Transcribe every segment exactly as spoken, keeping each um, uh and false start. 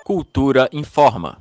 Cultura informa.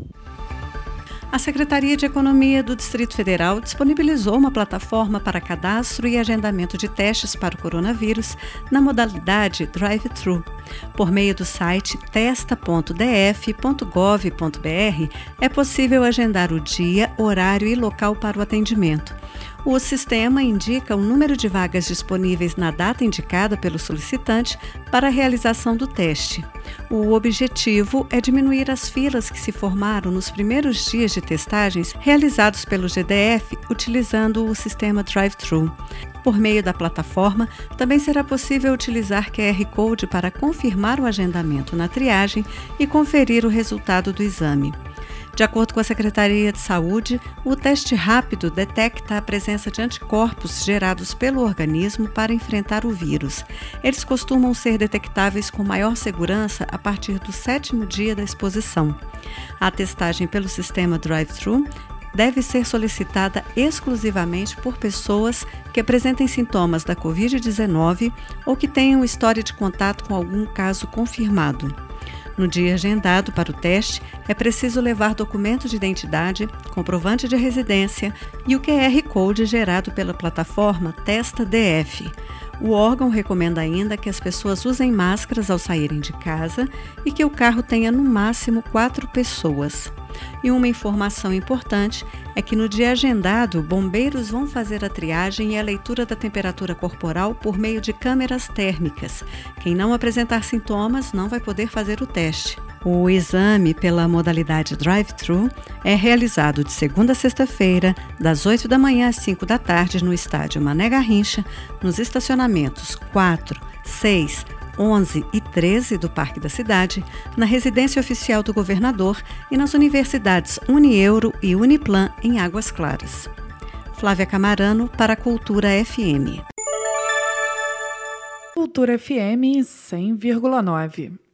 A Secretaria de Economia do Distrito Federal disponibilizou uma plataforma para cadastro e agendamento de testes para o coronavírus na modalidade drive-thru. Por meio do site testa ponto d f ponto gov ponto b r é possível agendar o dia, horário e local para o atendimento. O sistema indica o número de vagas disponíveis na data indicada pelo solicitante para a realização do teste. O objetivo é diminuir as filas que se formaram nos primeiros dias de testagens realizados pelo G D F utilizando o sistema drive-thru. Por meio da plataforma, também será possível utilizar Q R Code para confirmar o agendamento na triagem e conferir o resultado do exame. De acordo com a Secretaria de Saúde, o teste rápido detecta a presença de anticorpos gerados pelo organismo para enfrentar o vírus. Eles costumam ser detectáveis com maior segurança a partir do sétimo dia da exposição. A testagem pelo sistema drive-thru deve ser solicitada exclusivamente por pessoas que apresentem sintomas da covid dezenove ou que tenham história de contato com algum caso confirmado. No dia agendado para o teste, é preciso levar documento de identidade, comprovante de residência e o Q R Code gerado pela plataforma Testa D F. O órgão recomenda ainda que as pessoas usem máscaras ao saírem de casa e que o carro tenha no máximo quatro pessoas. E uma informação importante é que no dia agendado, bombeiros vão fazer a triagem e a leitura da temperatura corporal por meio de câmeras térmicas. Quem não apresentar sintomas não vai poder fazer o teste. O exame pela modalidade drive-thru é realizado de segunda a sexta-feira, das oito da manhã às cinco da tarde, no estádio Mané Garrincha, nos estacionamentos quatro, seis, onze e treze do Parque da Cidade, na residência oficial do governador e nas universidades Unieuro e Uniplan, em Águas Claras. Flávia Camarano, para a Cultura F M. Cultura F M cem vírgula nove.